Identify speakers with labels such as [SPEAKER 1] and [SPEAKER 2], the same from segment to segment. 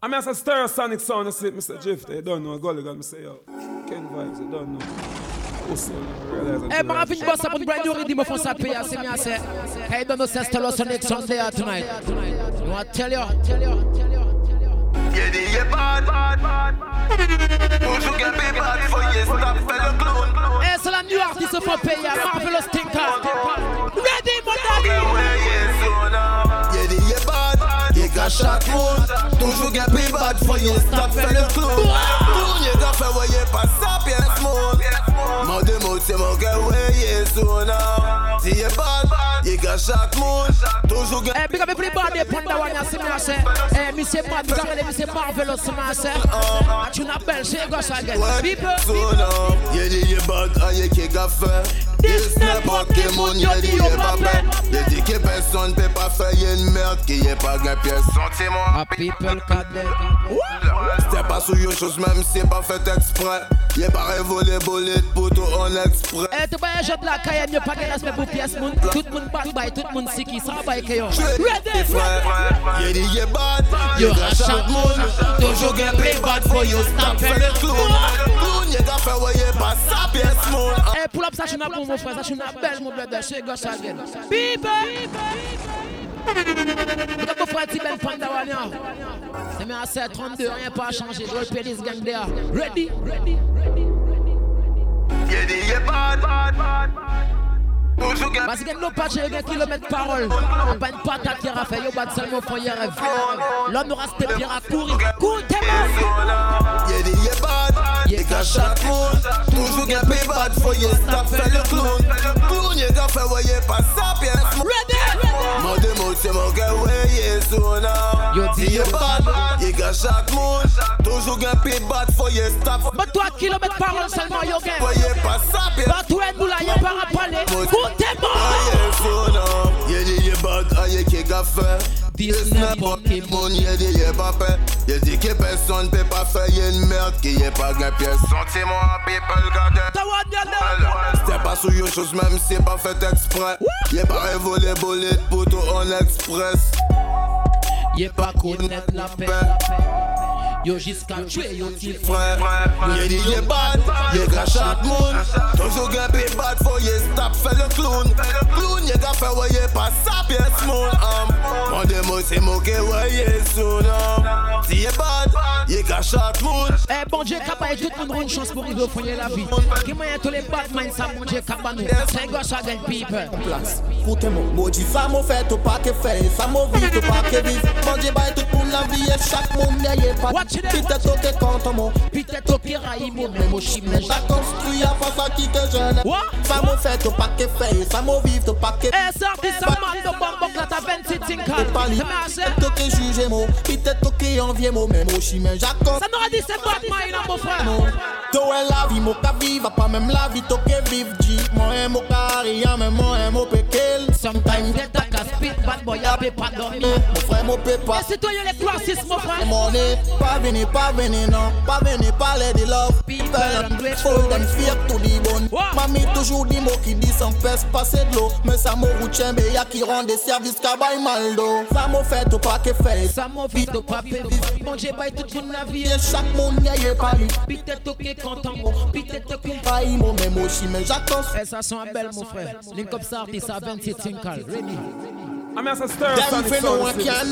[SPEAKER 1] I mean, I say Stereosonic sound, I say, Mr. Drift, you don't know, Gulligan, I say, yo, Ken Vibes, you don't know.
[SPEAKER 2] Hey, man, I've been boss up on brand new rhythm of Sapi, I say, me, I say, hey, don't know, say, Stereosonic sound there tonight. You want to tell you?
[SPEAKER 3] Yeah, the bad. Who's who can be bad for you? Stop fellow clown.
[SPEAKER 2] Hey, c'est la new artiste for pay, Marvelous Tinker. Ready, mon daddy?
[SPEAKER 3] Yeah, the bad. You got shot moon. Toujours get be bad for you. Stop fellow clown. You got fait voyer pas ça bien smooth. Mon démo c'est mon gars ouais soon now. Si you bad, you got shot moon. Toujours get.
[SPEAKER 2] Hey, big up everybody upon the one you see me I say. Hey, me say bad, big up me say Marvelous me I say. Tu n'appelles chez Gosh again. People.
[SPEAKER 3] Yeah, the bad and you kick a fait. This n'est pas Pokémon, y'a dit y'a pas fait. Y'a dit que personne peut pas faire une merde qui y'a pas de pièce. Sentez-moi.
[SPEAKER 2] A people cadet.
[SPEAKER 3] C'était pas sur une chose même si c'est pas fait exprès. Y'a pas révolé bolé pour tout en exprès.
[SPEAKER 2] Eh, tu vas jeter la caille, y'a pas de respect pour pièce moun. Tout le monde back by, tout le monde siki, ça va que yo. Ready, frère.
[SPEAKER 3] Y'a dit y'a bad, y'a rachat moun. Toujours get play bad for you, stop faire le clown. Clown, y'a qu'à faire voyer pas ça pièce moun.
[SPEAKER 2] Eh, pull up ça, je n'ai pas mon frère, ça, je n'ai pas belle mon brother, chez Gosh again. People. Regarde mon frère Tiben Panda Wanya. C'est mis à 732, rien pas changé. Roll Penis Gang there. Ready?
[SPEAKER 3] Yeah, the bad.
[SPEAKER 2] Parce qu'il y a nos patchs et des kilomètres parole. Pas une patate qui a fait, yo bat seulement font hier rêve. L'homme nous reste pire à courir. Cours tes mains.
[SPEAKER 3] Yeah, the bad. You got shot moon. Toujours get be bad for you, stop faire le clown. Clown, you got fait voyer pas ça pièce.
[SPEAKER 2] Ready?
[SPEAKER 3] Mon démo c'est mon gars ouais soon now.
[SPEAKER 2] Yo
[SPEAKER 3] dis you bad, you got shot moon. Toujours get be bad for you, stop.
[SPEAKER 2] Mais 3 kilomètres parole seulement yo gain.
[SPEAKER 3] Voyer pas ça pièce.
[SPEAKER 2] Pas tout un boula y'a pas à parler. Cours tes mains.
[SPEAKER 3] Soon now. Yeah, the bad, aïe qui a fait.
[SPEAKER 2] This n'est pas
[SPEAKER 3] Pokémon, y'a dit y'a pas fait. Y'a dit que personne peut pas faire une merde qui y'a pas de pièce. Sentez-moi, people got it. C'était pas sur une chose même si c'est pas fait exprès. Y'a pas révolé bolé pour tout en express.
[SPEAKER 2] Y'a pas connaître la paix. Yo jusqu'à tuer yo petit
[SPEAKER 3] frère. Y'a dit y'a bad, y'a crachat moun. Toujours get be bad for you, stop fait le clown. Clown y'a qu'à faire voyer pas ça pièce moun. Mon démo c'est moqué voyer soon. Si y'a bad, y'a crachat moun.
[SPEAKER 2] Eh bon Dieu capable tout le monde une chance pour arriver au foyer la vie. Qui moyen tous les Batman ça bon Dieu capable nous. C'est Gosh again people.
[SPEAKER 4] Place. Écoutez-moi, maudit ça m'a fait au pas que fait, ça m'a vite au pas que vive. Bon Dieu bail tout pour la vie et chaque monde n'ayez pas. Peut-être ok quand mon,
[SPEAKER 2] peut-être ok raïmo mais mon chimé.
[SPEAKER 4] Ça construit à pas ça qui te gêne. Ça m'a fait au pas que fait, ça m'a vite au pas que.
[SPEAKER 2] Eh sorti ça m'a de bonbon là ta 26 tinka.
[SPEAKER 4] Peut-être ok juger moi, peut-être ok envier moi mais mon chimé j'accorde.
[SPEAKER 2] Ça n'aura dit c'est Batman là mon frère.
[SPEAKER 4] Toi la vie mon ka vive pas même la vie ok vive G. Moi mon carrière même moi mon pékel.
[SPEAKER 2] Sometimes get a gas speed bad boy a pas dormir.
[SPEAKER 4] Mon frère mon pépa.
[SPEAKER 2] Et citoyen les classistes mon frère.
[SPEAKER 4] Mon nez pas venir non, pas venir parler de love. People ungrateful, them fear to the bone. Mamie toujours dit mots qui dit sans peste passer de l'eau. Mais ça m'a routine, y'a qui rend des services qu'à bail maldo. Ça m'a fait au pas que fait.
[SPEAKER 2] Ça m'a vite au pas fait. Bon j'ai bail toute mon vie.
[SPEAKER 4] Et chaque monde n'y a pas lu.
[SPEAKER 2] Peut-être ok content mon, peut-être ok
[SPEAKER 4] pas mon même aussi mais j'attends.
[SPEAKER 2] Et ça sent belle mon frère. Link up ça artiste à 27 Tinkal. Ready?
[SPEAKER 1] I mean, I say
[SPEAKER 4] no one can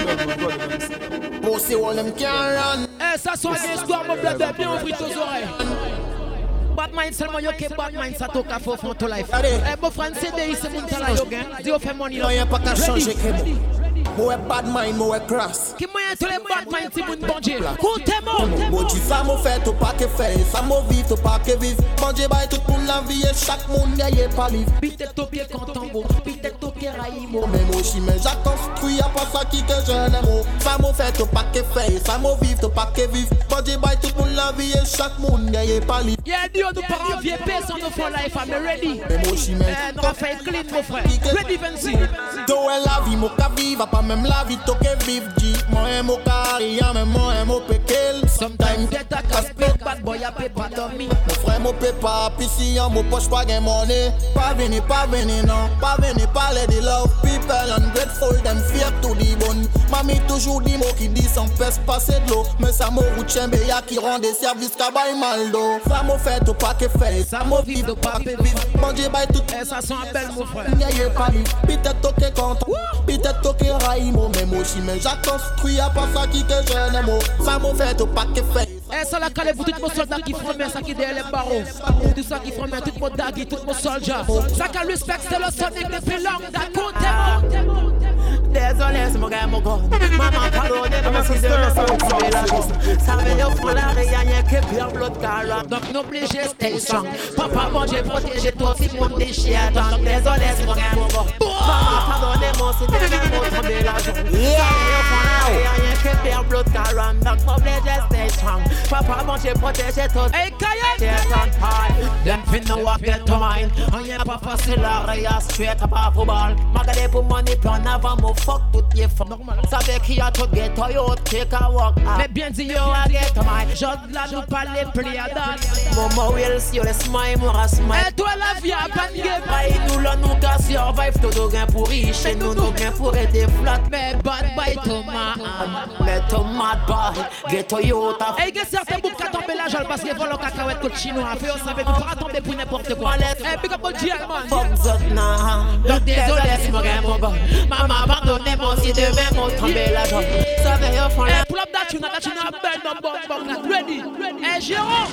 [SPEAKER 4] run. Bossy all them can run.
[SPEAKER 2] Eh, ça soit une histoire, mon bled, bien ouvrir tes oreilles. Batman seulement yo que Batman ça toque à faux fond to life. Eh, bon frère, CDI c'est mon talent yo gain. Dis au fait money là.
[SPEAKER 4] Non, y'a pas qu'à changer que moi. Moi bad mind, moi crass.
[SPEAKER 2] Qui moyen tous les Batman si mon bon Dieu. Coutez-moi.
[SPEAKER 4] Bon Dieu, ça m'a fait au pas que fait, ça m'a vite au pas que vive. Bon Dieu, bail tout pour la vie et chaque monde n'y a pas livre.
[SPEAKER 2] Peut-être au pied content bon, peut-être au pied raïmo.
[SPEAKER 4] Mais moi aussi mais j'accorde, y'a pas ça qui te gêne moi. Ça m'a fait au pas que fait, ça m'a vite au pas que vive. Bon Dieu, bail tout pour la vie et chaque monde n'y a pas livre.
[SPEAKER 2] Yeah, Dieu nous parents vieux personne nous for life, I'm ready.
[SPEAKER 4] Mais moi aussi mais
[SPEAKER 2] nous va faire clean mon frère. Ready Vinci.
[SPEAKER 4] Toi la vie mon ka vive pas même la vie toque vive G. Moi mon carrière même moi mon pékel.
[SPEAKER 2] Sometimes M'pied ta casse-pied, bad boy a paix pas dormi.
[SPEAKER 4] Mon frère mon paie pas, pis si en mon poche pas gain money. Pas venir non, pas venir parler de love. People ungrateful, them fier tout dit bon. Mamie toujours dit mots qui dit sans peste passer de l'eau. Mais ça m'a route y'a qui rend des services qu'à bail mal d'eau. Ça m'a fait tout pas que fait, ça m'a vivre de pas que vivre. Bon Dieu bail tout.
[SPEAKER 2] Et ça sent belle mon frère.
[SPEAKER 4] N'ayez pas lu, peut-être toqué content, peut-être toqué raïmo. Mais moi si mais j'ai construit à pas ça qui que je n'aime. Ça m'a fait tout pas que fait.
[SPEAKER 2] Et ça la calé pour tout mon soldat qui font ça qui derrière les barreaux. Tout ça qui font tout mon dagui, tout mon soldat. Ça qui respecte c'est le sonic depuis long d'accord.
[SPEAKER 5] Désolé, c'est mon gars, mon gars. Maman, pardonnez-moi si je me suis la chose. Ça veut dire qu'on a rien que bien l'autre carré.
[SPEAKER 2] Donc n'obligez, stay strong. Papa, bon, j'ai protégé toi si mon déchet. Donc désolé, c'est mon gars, mon gars.
[SPEAKER 5] Maman, pardonnez-moi si je me suis tombé la chose. Ça veut dire qu'on a rien que bien l'autre carré. Donc n'obligez, stay strong. Papa, bon, j'ai protégé toi.
[SPEAKER 2] Hey, Kaya!
[SPEAKER 5] Them fin no walk get to mine. On y a pas facile à rien, straight up à football. Magade pour money, puis en avant, mon fuck tout y est fort. Savez qui a tout get to you, take a walk.
[SPEAKER 2] Mais bien dit, yo,
[SPEAKER 5] I get to mine.
[SPEAKER 2] j'ose là nous parler plus à date.
[SPEAKER 5] Momo will see you, the smile, moi smile.
[SPEAKER 2] Et toi la vie a pas de game.
[SPEAKER 5] Bye, nous là, nous gars survive, tout de gain pour riche. Et nous gain pour aider flat.
[SPEAKER 2] Mais bad boy Thomas.
[SPEAKER 5] Mais tomate boy, get to you, ta
[SPEAKER 2] Et il y a certains boucs qui ont tombé la jolle parce qu'ils volent au cacahuète côte chinois. Fait, on savait qu'on ne pas tomber pour n'importe quoi. Et puis comme on dit,
[SPEAKER 5] donc désolé si mon gars, mon gars. Maman, pardonnez-moi si demain mon tombé la joie. Ça veut dire qu'on a
[SPEAKER 2] pull up that tune, belle dans bon. Ready? Eh, Jérôme!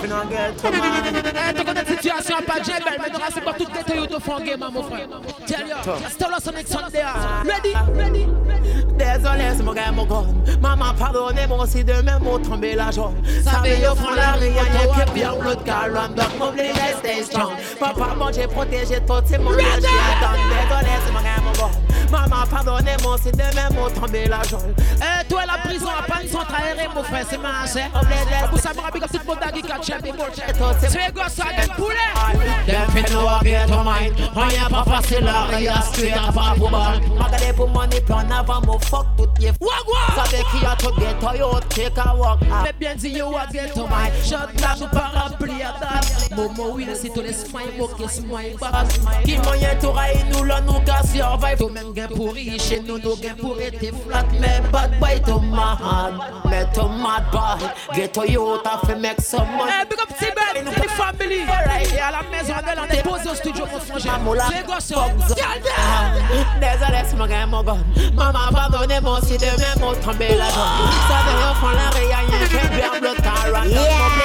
[SPEAKER 2] Eh, tu connais cette situation, pas de belle, mais nous restons pas toutes les théories de fond game, mon frère. Tell you, still us on Sunday. Ready?
[SPEAKER 5] Désolé, c'est mon gars, mon gars. Maman, pardonnez-moi si demain mon tombé la joie. Ça veut dire qu'on a rien que bien l'autre carré. Donc m'oblige à stay strong. Papa, bon, j'ai protégé toi, c'est mon gars. Désolé, c'est mon gars, mon gars. Maman, pardonnez-moi si demain mon tombé la joie.
[SPEAKER 2] Eh, toi, la prison a pas une centre aérée, mon frère, c'est marrant. Pour ça, me rappelle comme tout le monde a dit qu'il y a des bolches. C'est gosse, ça a des poulets.
[SPEAKER 5] Dem fin no walk get to mine. On y a pas facile à rien, straight up à football. Magade pour money, puis en avant, mon fuck tout y est fou. Savez qui a tout get to you, take a walk.
[SPEAKER 2] Mais bien dit, yo, what get to mine. Shot là, je pas rempli à date. Momo will, si tu les smile, moquer, smile, bass.
[SPEAKER 5] Qui moyen tout raille, nous là, nous gars survive.
[SPEAKER 2] Toi même gain pour riche, et nous gain pour être flat.
[SPEAKER 5] Mais bad boy to mad. Mais to mad boy. Get to you, t'as fait make some money.
[SPEAKER 2] Eh, big up Tibet, c'est family. Et à la maison, on est posé au studio, mon frangin. C'est gosse,
[SPEAKER 5] désolé, c'est mon gars, mon gars. Maman, pardonnez-moi si demain mon tombé la joie. Ça veut dire qu'on a rien que bien l'autre carré.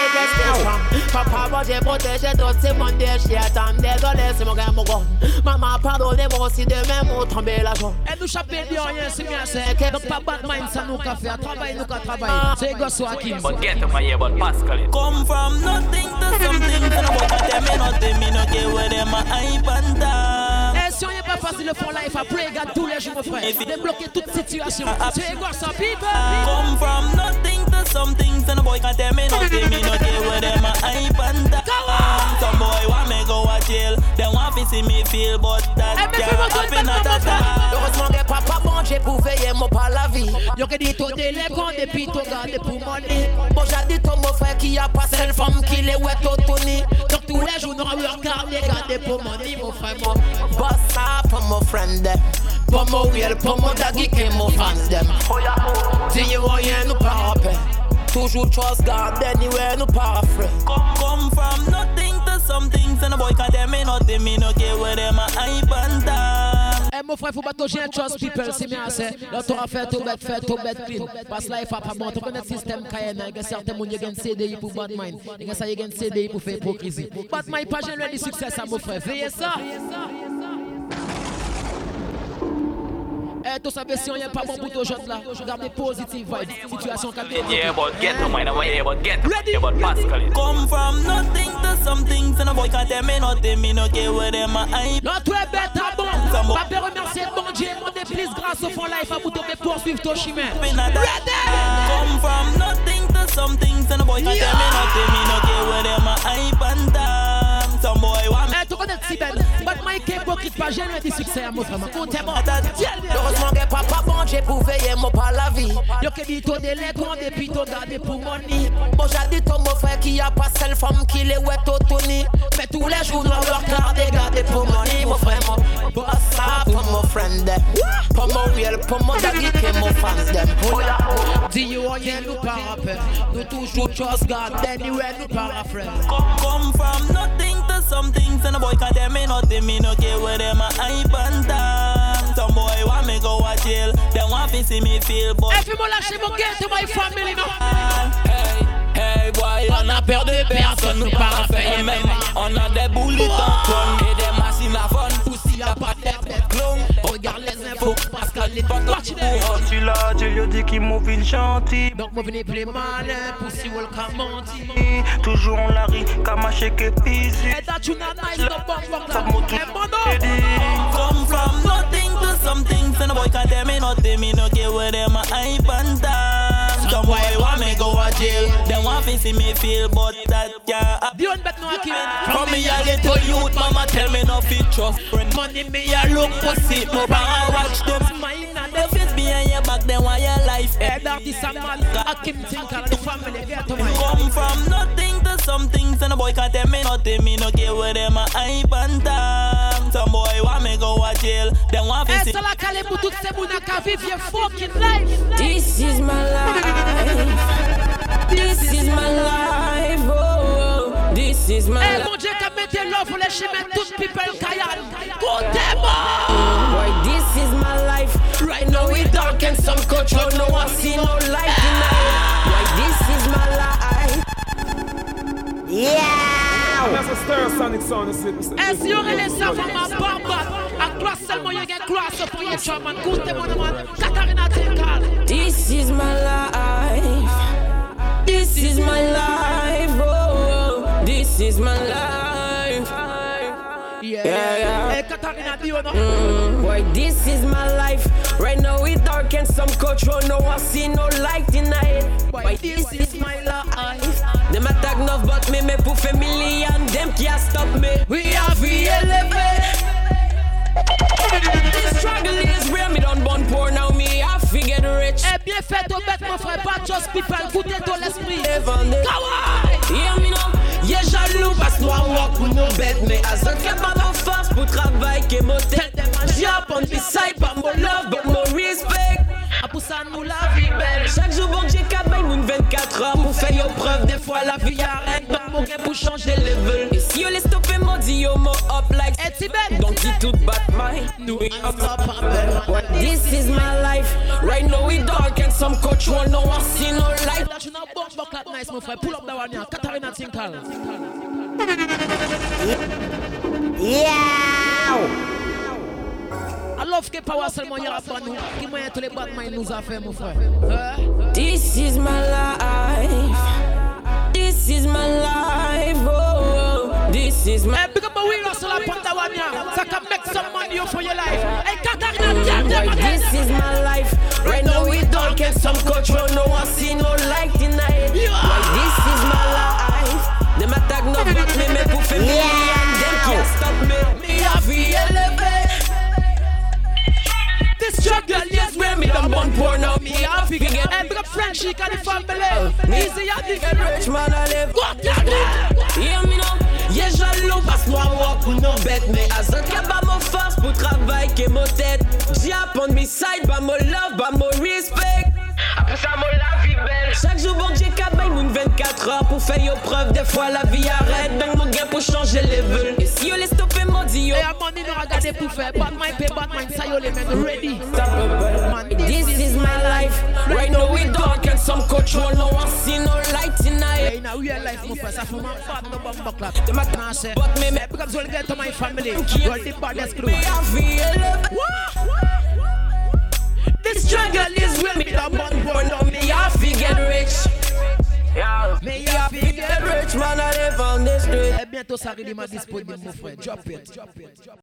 [SPEAKER 5] Papa, bon, j'ai protégé d'autres, c'est mon déchet. Désolé, c'est mon gars, mon gars. Maman, pardonnez-moi si demain mon tombé la joie.
[SPEAKER 2] Et nous chapez bien rien, c'est bien c'est. Donc pas bad mind, ça nous qu'a fait. Travail, nous qu'a travaillé. C'est gosse, Hakim.
[SPEAKER 6] But get up here, but Pascal.
[SPEAKER 7] Come from nothing to something. And about them, me not get where them a hype and down.
[SPEAKER 2] Et si on n'est pas facile le fond life, après regarde tous les jours, mon frère. Débloquer toute situation. C'est gosse, people.
[SPEAKER 7] Come from nothing to something. And a boy can't tell me nothing. Me not get where them a hype and down. Some boy want me go a jail. They want to see me feel, but that can't happen at that time.
[SPEAKER 5] Heureusement que papa bon, j'ai pour veiller moi par la vie.
[SPEAKER 2] Yo que dit toi délai quand depuis toi garder pour mon lit.
[SPEAKER 5] Bon j'ai dit ton mon frère qui a passé une femme qui les ouais Tony.
[SPEAKER 2] Donc tous les jours nous regarder garder pour mon lit mon frère moi.
[SPEAKER 5] Boss up pour mon friend them. Pour mon wheel, pour mon daggy qui mon fans them. Dis you rien nous pas rappel. Toujours trust God anywhere nous pas afraid.
[SPEAKER 7] Come from nothing to something. And a boy can't tell me nothing. Me not get where them a hype and down.
[SPEAKER 2] Eh mon frère, faut pas toucher un trust people, c'est bien assez. Là, t'auras fait tout bête clean. Parce que là, il faut pas monter. On connaît le système Kayana. Il y a certains gens qui ont CDI pour bad mind. Il y a ça, il y a un CDI pour faire hypocrisie. Bad mind, pas jamais du succès, ça, mon frère. Veillez ça. Eh, tout ça, si on n'y a pas bon pour tout autres là, gardez positive vibe. Situation calme.
[SPEAKER 6] Yeah, but get up, man. Yeah, but get up. Yeah, but Pascal.
[SPEAKER 7] Come from nothing to something. And a boy can't tell me nothing. Me not get where them a hype.
[SPEAKER 2] Là, tu es bête à bon. Pas remercier bon Dieu. Demandez plus grâce au fond life à vous tomber poursuivre ton chemin.
[SPEAKER 7] Come from nothing to something. And a boy can't tell me nothing. Me not get where them a hype and down. Some boy want me.
[SPEAKER 2] Eh, tu connais Tibet. But my cape quitte pas, j'ai le succès à mon frère. Comptez-moi.
[SPEAKER 5] Heureusement que papa bon Dieu pour veiller moi par la vie.
[SPEAKER 2] Yo que dit ton délai, qu'on depuis ton gardé pour mon nid.
[SPEAKER 5] Bon j'ai dit ton mon frère qui a pas seule femme qui les ouais Tony. Mais tous les jours dans leur garder pour mon nid, mon frère mon. Boss ça pour mon friend. Pour mon real, pour mon daddy que mon fans them.
[SPEAKER 2] Dis you on y nous pas rappel. Nous toujours trust God, anywhere nous pas rappel.
[SPEAKER 7] Come from nothing to something. And a boy can't tell me nothing. Me no care where them a hype and down. Some boy want me go a jail. They want to see me feel but
[SPEAKER 2] if you lâcher mon get to my family no.
[SPEAKER 7] Hey boy, on a peur de personne. Nous pas faire même. On a des boules en tonne et des machines à fond. Aussi à pas de clone.
[SPEAKER 2] Regarde les infos parce que les potes
[SPEAKER 7] tu l'as, tu lui dis qu'il m'a vu gentil.
[SPEAKER 2] donc moi venez plus malin pour si vous le commenter.
[SPEAKER 7] Toujours on la rit, kamaché que pisi.
[SPEAKER 2] Et that you not nice no bomb là. Come
[SPEAKER 7] from nothing to something. And a boy can't tell me nothing. Me no care where them a hype and down. Some boy want me go a jail. They want to see me feel but that can't.
[SPEAKER 2] You don't bet no I can't.
[SPEAKER 7] From me a little youth, mama tell me no fit trust friend. Money me a look pussy, my power watch them.
[SPEAKER 2] Mine and
[SPEAKER 7] The face behind your back, then why your life
[SPEAKER 2] head of this a man. I keep thinking the family get to my.
[SPEAKER 7] Come from nothing to something. And a boy can't tell me nothing. Me no care where them a hype and down. Some boy want me go a jail. Then want to see.
[SPEAKER 2] C'est la calé pour toutes ces mounas qui vivent your fucking life.
[SPEAKER 5] This is my life. This is my life. Oh, this is my life.
[SPEAKER 2] Mon Dieu, qu'a mettez l'eau pour les chemins toutes people kayan. Comptez-moi.
[SPEAKER 5] Boy, this is my life. Right now we dark and some control. No one see no light tonight. Boy, this is my life. Yeah.
[SPEAKER 1] That's a Stereosonic sound, is it, Mr.
[SPEAKER 2] Est-ce qu'il y aurait les savants ma bamba? À classe seulement y'a une classe pour y être man. Comptez-moi de man. Katarina Tinkal.
[SPEAKER 5] This is my life. This is my life. Oh, this is my life.
[SPEAKER 2] Yeah. Katarina Diona.
[SPEAKER 5] Boy, this is my life. Right now we dark and some control. No one see no light tonight. Boy, this is my life. Them attack enough but me pour faire million. Them can't stop me. We have to elevate. This struggle is real. Me done born poor now. Me have to get rich.
[SPEAKER 2] Eh bien fait au bête mon frère. Pas just people. Foutez ton l'esprit.
[SPEAKER 5] Kawaii. Yeah, me know. Yeah, jaloux parce que moi walk pour nos bêtes. Mais à ce qu'elle pas en force pour travailler que mon tête. Jump on beside, but more love, but more respect.
[SPEAKER 2] A pour ça nous la vie belle.
[SPEAKER 5] Chaque jour bon j'ai qu'à bailler une 24 heures pour faire your preuve. Des fois la vie arrête, pas mon gain pour changer level. Et si on les stopper mon dit yo mo up like
[SPEAKER 2] et si belle.
[SPEAKER 5] donc dit tout bat my nous unstoppable. This is my life. Right now we dark and some control. No one see no light.
[SPEAKER 2] That you know bomb bucklet nice mon frère. Pull up the one here. Katarina Tinkal.
[SPEAKER 5] Yeah.
[SPEAKER 2] I love que power seulement y a pas nous. Qui moyen tous les Batman nous a fait mon frère.
[SPEAKER 5] This is my life. This is my life. Oh, this is my.
[SPEAKER 2] Hey, big up my wheel sur la porte one here. So I can make some money for your life. Hey, Katarina,
[SPEAKER 5] this is my life. Right now we don't get some control. No one see no light tonight. Boy, this is my life. Them attack no but me pour faire million. Them can't stop me. Me have to elevate. This struggle is where me done born poor now. Me have to get.
[SPEAKER 2] Hey, big up friendship and the family. Easy at the
[SPEAKER 5] get rich man I live. Yeah, me know. Yeah, jaloux parce que moi walk pour nos bêtes. Mais à ce qu'il y a pas mon force pour travailler que mon tête. Jump on me side, pas mon love, pas mon respect. Après ça, mon la vie belle. Chaque jour, bon, j'ai qu'à bailler une 24 heures pour faire your preuve. Des fois, la vie arrête. Donc, mon gain pour changer level. Et si on les stopper, mon dit yo.
[SPEAKER 2] Et à mon nous regarder pour faire. Batman, pay Batman, ça yo les men ready.
[SPEAKER 5] Man, this is my life. Right now, we dark and some control. No one see no light tonight.
[SPEAKER 2] Hey, in a real life, mon frère, ça fait ma part no bomb buckler. The man say, but me, because we'll get to my family. You're the baddest crew.
[SPEAKER 5] This struggle is where me the born poor. Now me have to get rich. Yeah, me have to get rich. Man, I live on the street.
[SPEAKER 2] Et bientôt ça arrive à disponible, mon frère. Drop it.